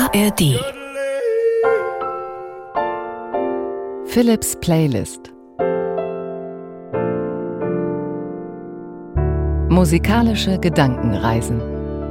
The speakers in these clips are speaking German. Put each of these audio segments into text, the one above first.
ARD. Philips Playlist. Musikalische Gedankenreisen.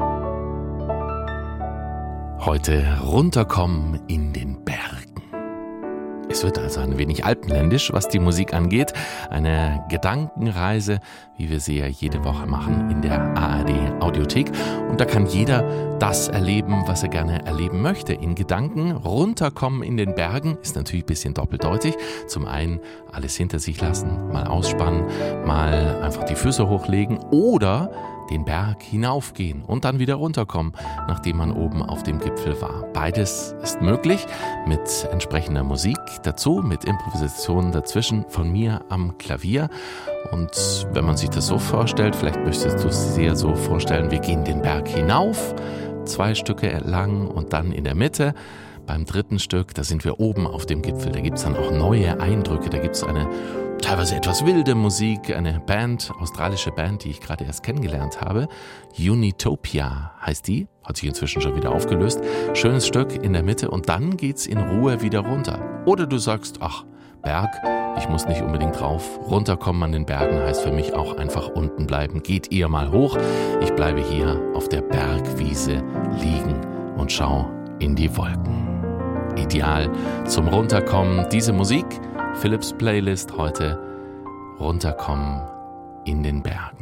Heute runterkommen in den Bergen. Es wird also ein wenig alpenländisch, was die Musik angeht. Eine Gedankenreise, wie wir sie ja jede Woche machen in der ARD-Audiothek. Und da kann jeder das erleben, was er gerne erleben möchte. In Gedanken runterkommen in den Bergen ist natürlich ein bisschen doppeldeutig. Zum einen alles hinter sich lassen, mal ausspannen, mal einfach die Füße hochlegen oder den Berg hinaufgehen und dann wieder runterkommen, nachdem man oben auf dem Gipfel war. Beides ist möglich mit entsprechender Musik dazu, mit Improvisationen dazwischen von mir am Klavier. Und wenn man sich das so vorstellt, vielleicht möchtest du es dir so vorstellen, wir gehen den Berg hinauf, 2 Stücke lang und dann in der Mitte. Beim 3. Stück, da sind wir oben auf dem Gipfel, da gibt es dann auch neue Eindrücke, da gibt es eine teilweise etwas wilde Musik, eine Band, australische Band, die ich gerade erst kennengelernt habe. Unitopia heißt die, hat sich inzwischen schon wieder aufgelöst. Schönes Stück in der Mitte und dann geht's in Ruhe wieder runter. Oder du sagst, ach, Berg, ich muss nicht unbedingt drauf. Runterkommen an den Bergen heißt für mich auch einfach unten bleiben. Geht ihr mal hoch, ich bleibe hier auf der Bergwiese liegen und schau in die Wolken. Ideal zum Runterkommen. Diese Musik, Philips Playlist heute, runterkommen in den Bergen.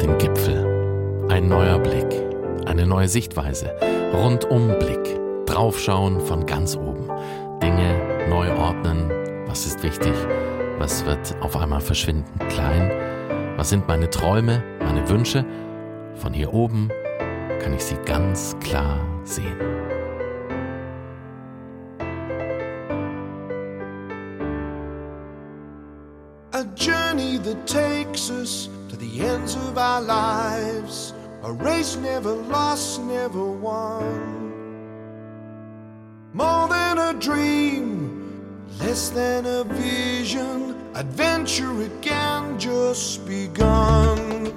den Gipfel. Ein neuer Blick, eine neue Sichtweise, Rundumblick, draufschauen von ganz oben, Dinge neu ordnen, was ist wichtig, was wird auf einmal verschwinden klein, was sind meine Träume, meine Wünsche. Von hier oben kann ich sie ganz klar sehen. A journey that takes us to the ends of our lives. A race never lost, never won. More than a dream, less than a vision. Adventure again just begun.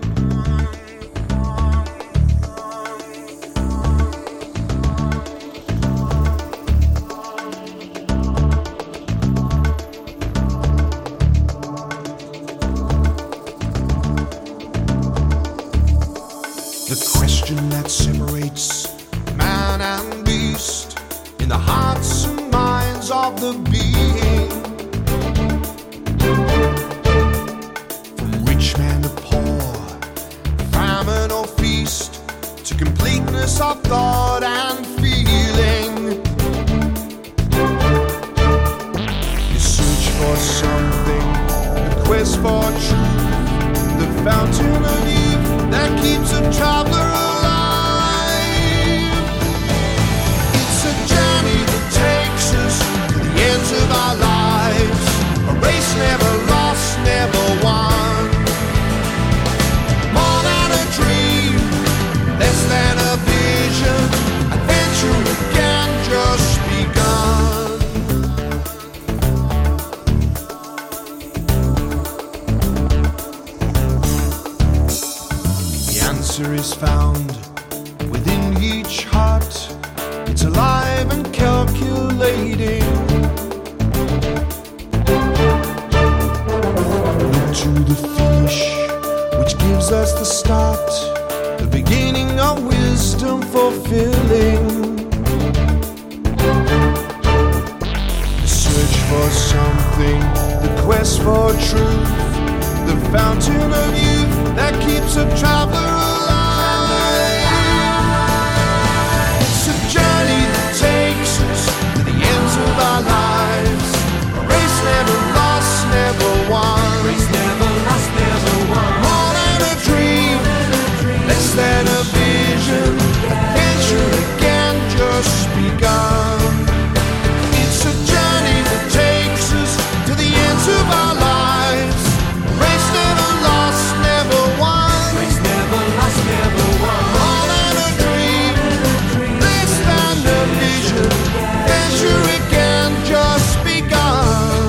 That separates man and beast in the hearts and minds of the being. From rich man to poor, famine or feast, to completeness of thought and feeling. You search for something, the quest for truth, the fountain of youth that keeps a traveler alive. It's a journey that takes us to the ends of our lives. A race never lost, never won. More than a dream, less than a vision. Adventure again just begun. The answer is found within each heart. It's alive and calculating. Look to the finish, which gives us the start, the beginning of wisdom fulfilling. The search for something, the quest for truth, the fountain of youth that keeps a traveler alive. It's a journey that takes us to the ends of our lives. A race never lost, never won. Race never lost, never won. More than a dream, less than a vision. Adventure again just begun. It's a journey that takes us to the ends of our lives. Race never lost, never won. Race never lost, never won. More than a dream, less than a vision. Adventure again just begun.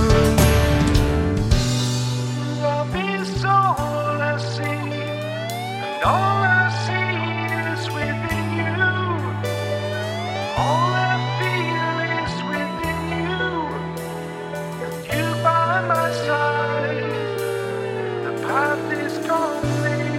Love is all I see, and all I see is within you. All I feel is within you. With you by my side, the path is complete.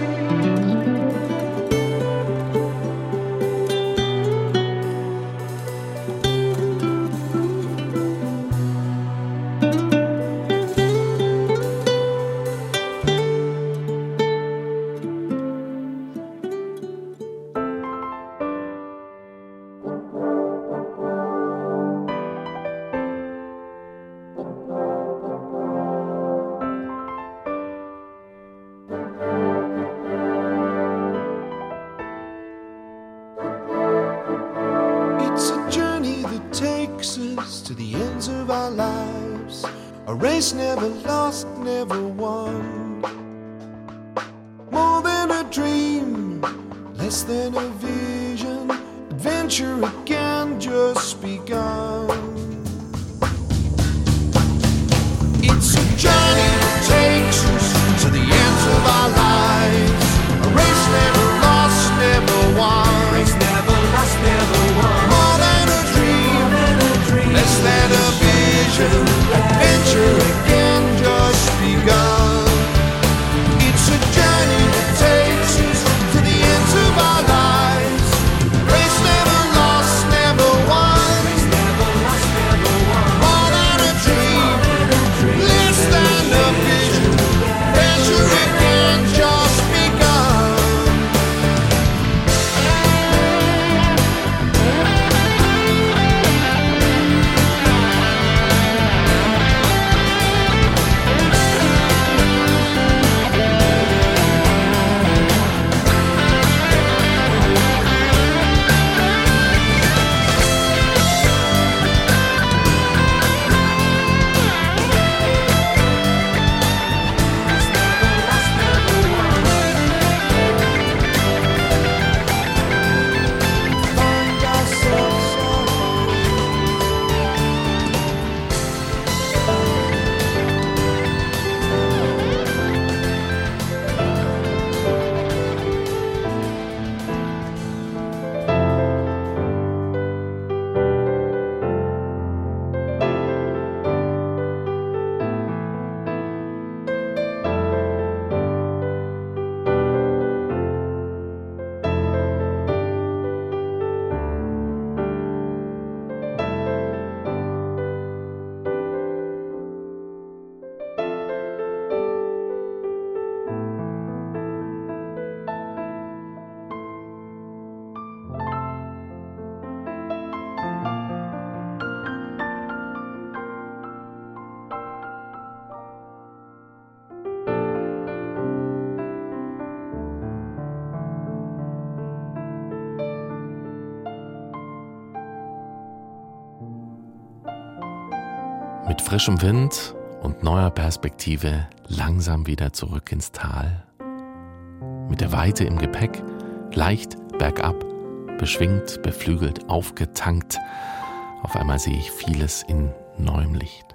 It's a journey that takes us to the ends of our lives. A race never lost, never won. More than a dream, less than a vision. Adventure again just begun. It's a journey that takes us to the ends of our lives. A race never lost, never won. Race never lost, never won. More than a dream, less than a vision. Adventure again just begun. It's a journey that takes us to the ends of our lives. Race never lost, never won. Race never lost, mit frischem Wind und neuer Perspektive langsam wieder zurück ins Tal. Mit der Weite im Gepäck, leicht bergab, beschwingt, beflügelt, aufgetankt. Auf einmal sehe ich vieles in neuem Licht.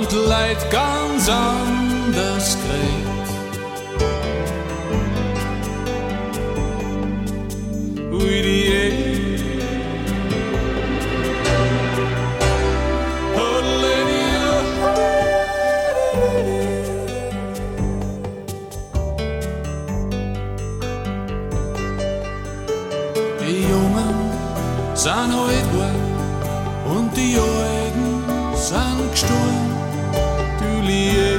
haben die Leute ganz anders geredet. Wie die sind heute weg und die Alten sind gestorben, du Liebe.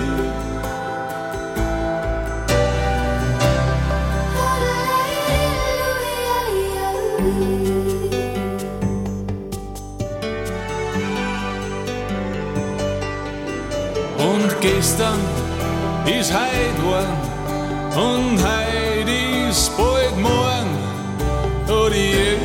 Und gestern ist heute geworden und heute ist bald morgen, oh die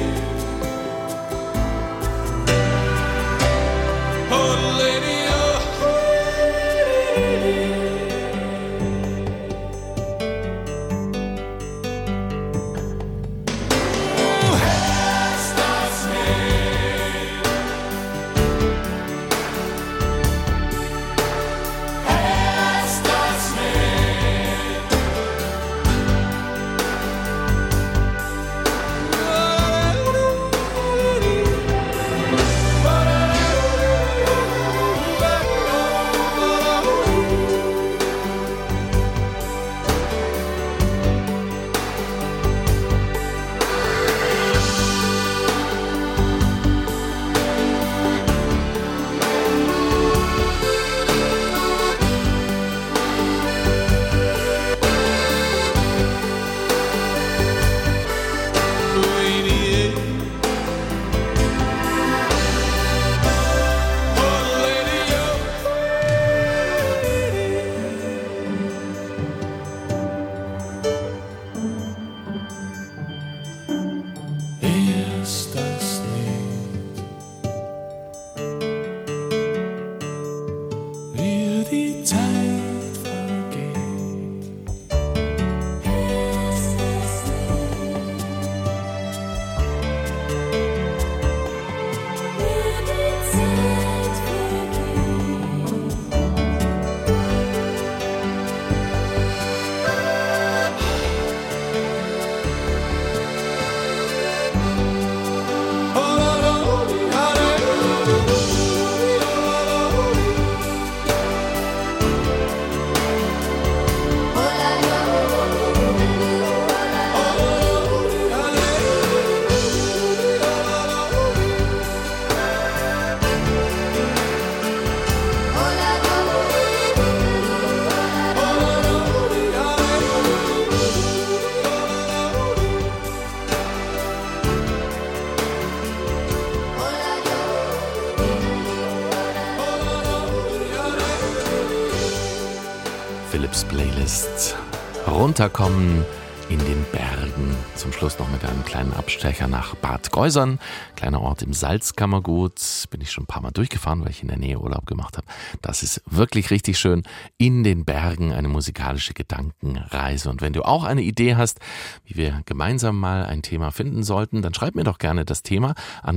Philips Playlist. Runterkommen in den Bergen. Zum Schluss noch mit einem kleinen Abstecher nach Bad Geusern. Kleiner Ort im Salzkammergut. Bin ich schon ein paar Mal durchgefahren, weil ich in der Nähe Urlaub gemacht habe. Das ist wirklich richtig schön. In den Bergen eine musikalische Gedankenreise. Und wenn du auch eine Idee hast, wie wir gemeinsam mal ein Thema finden sollten, dann schreib mir doch gerne das Thema an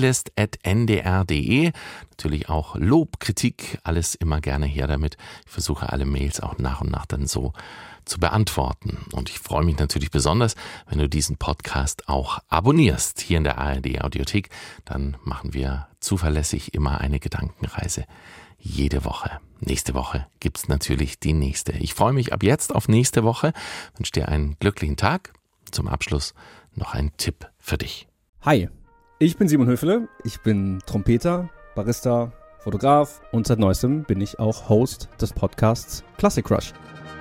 playlist@ndr.de. Natürlich auch Lob, Kritik, alles immer gerne her damit. Ich versuche alle Mails auch nach und nach dann so zu beantworten. Und ich freue mich natürlich besonders, wenn du diesen Podcast auch abonnierst hier in der ARD Audiothek. Dann machen wir zuverlässig immer eine Gedankenreise jede Woche. Nächste Woche gibt's natürlich die nächste. Ich freue mich ab jetzt auf nächste Woche. Wünsche dir einen glücklichen Tag. Zum Abschluss noch ein Tipp für dich. Hi, ich bin Simon Höfele. Ich bin Trompeter, Barista, Fotograf und seit neuestem bin ich auch Host des Podcasts Classic Crush.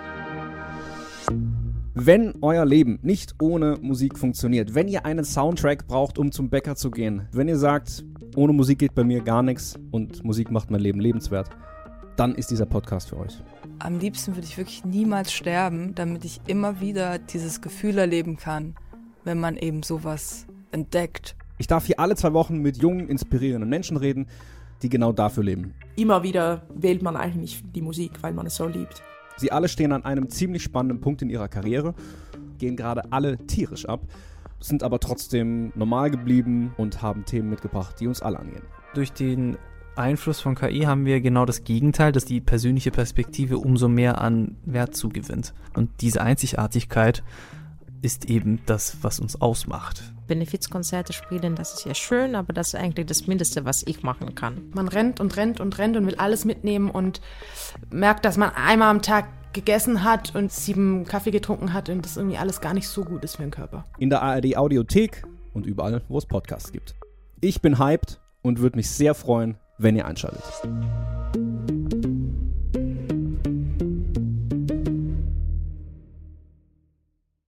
Wenn euer Leben nicht ohne Musik funktioniert, wenn ihr einen Soundtrack braucht, um zum Bäcker zu gehen, wenn ihr sagt, ohne Musik geht bei mir gar nichts und Musik macht mein Leben lebenswert, dann ist dieser Podcast für euch. Am liebsten würde ich wirklich niemals sterben, damit ich immer wieder dieses Gefühl erleben kann, wenn man eben sowas entdeckt. Ich darf hier alle 2 Wochen mit jungen, inspirierenden Menschen reden, die genau dafür leben. Immer wieder wählt man eigentlich die Musik, weil man es so liebt. Sie alle stehen an einem ziemlich spannenden Punkt in ihrer Karriere, gehen gerade alle tierisch ab, sind aber trotzdem normal geblieben und haben Themen mitgebracht, die uns alle angehen. Durch den Einfluss von KI haben wir genau das Gegenteil, dass die persönliche Perspektive umso mehr an Wert zugewinnt. Und diese Einzigartigkeit ist eben das, was uns ausmacht. Benefizkonzerte spielen, das ist ja schön, aber das ist eigentlich das Mindeste, was ich machen kann. Man rennt und will alles mitnehmen und merkt, dass man einmal am Tag gegessen hat und 7 Kaffee getrunken hat und das irgendwie alles gar nicht so gut ist für den Körper. In der ARD Audiothek und überall, wo es Podcasts gibt. Ich bin hyped und würde mich sehr freuen, wenn ihr einschaltet.